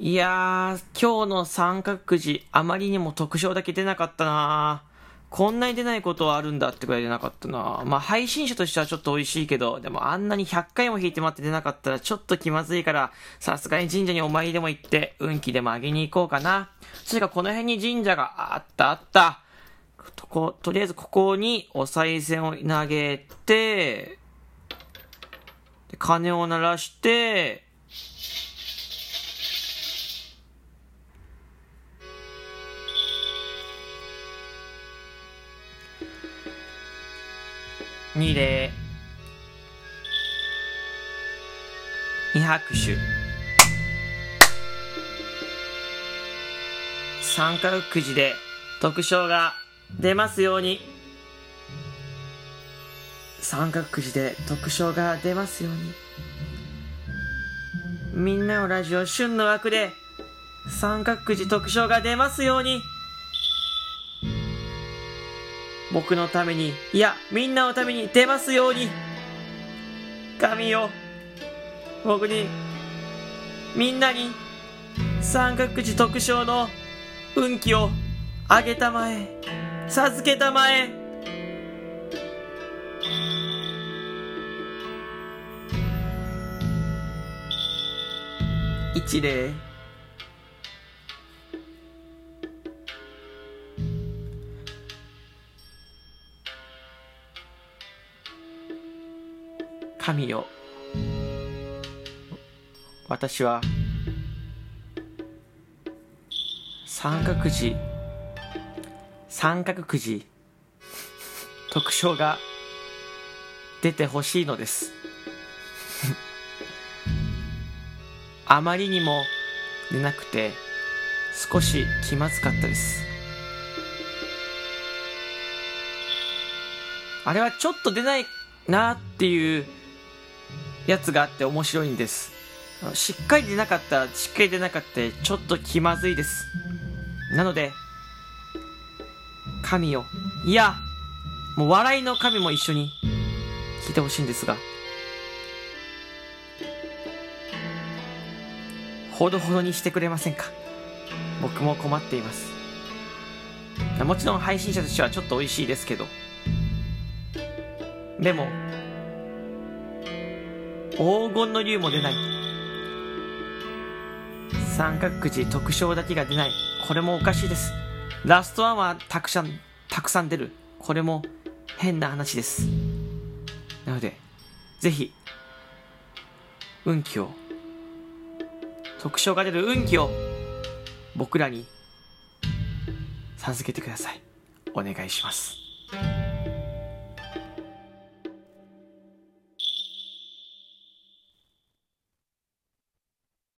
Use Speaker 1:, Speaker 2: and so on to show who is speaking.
Speaker 1: いやー、今日の三角くじ、あまりにも特賞だけ出なかったな。こんなに出ないことはあるんだってくらい出なかったな。まあ配信者としてはちょっと美味しいけど、でもあんなに100回も引いて待って出なかったらちょっと気まずいから、さすがに神社にお参りでも行って、運気でも上げに行こうかな。それかこの辺に神社があった。とりあえずここにお賽銭を投げて、で鐘を鳴らして、二礼二拍手三角くじで特賞が出ますように。三角くじで特賞が出ますように。みんなのラジオ旬の枠で三角くじ特賞が出ますように。僕のために、いやみんなのために出ますように。神よ、僕に、みんなに三角くじ特賞の運気をあげたまえ、授けたまえ。一礼。神よ、私は三角くじ特賞が出てほしいのですあまりにも出なくて少し気まずかったです。あれはちょっと出ないなっていうやつがあって面白いんです。しっかり出なかったちょっと気まずいです。なので神よ、いやもう笑いの神も一緒に聞いてほしいんですが、ほどほどにしてくれませんか。僕も困っています。もちろん配信者としてはちょっと美味しいですけど、でも黄金の竜も出ない、三角くじ特賞だけが出ない、これもおかしいです。ラストワンはたくさん出る、これも変な話です。なのでぜひ運気を、特賞が出る運気を僕らに授けてください。お願いします。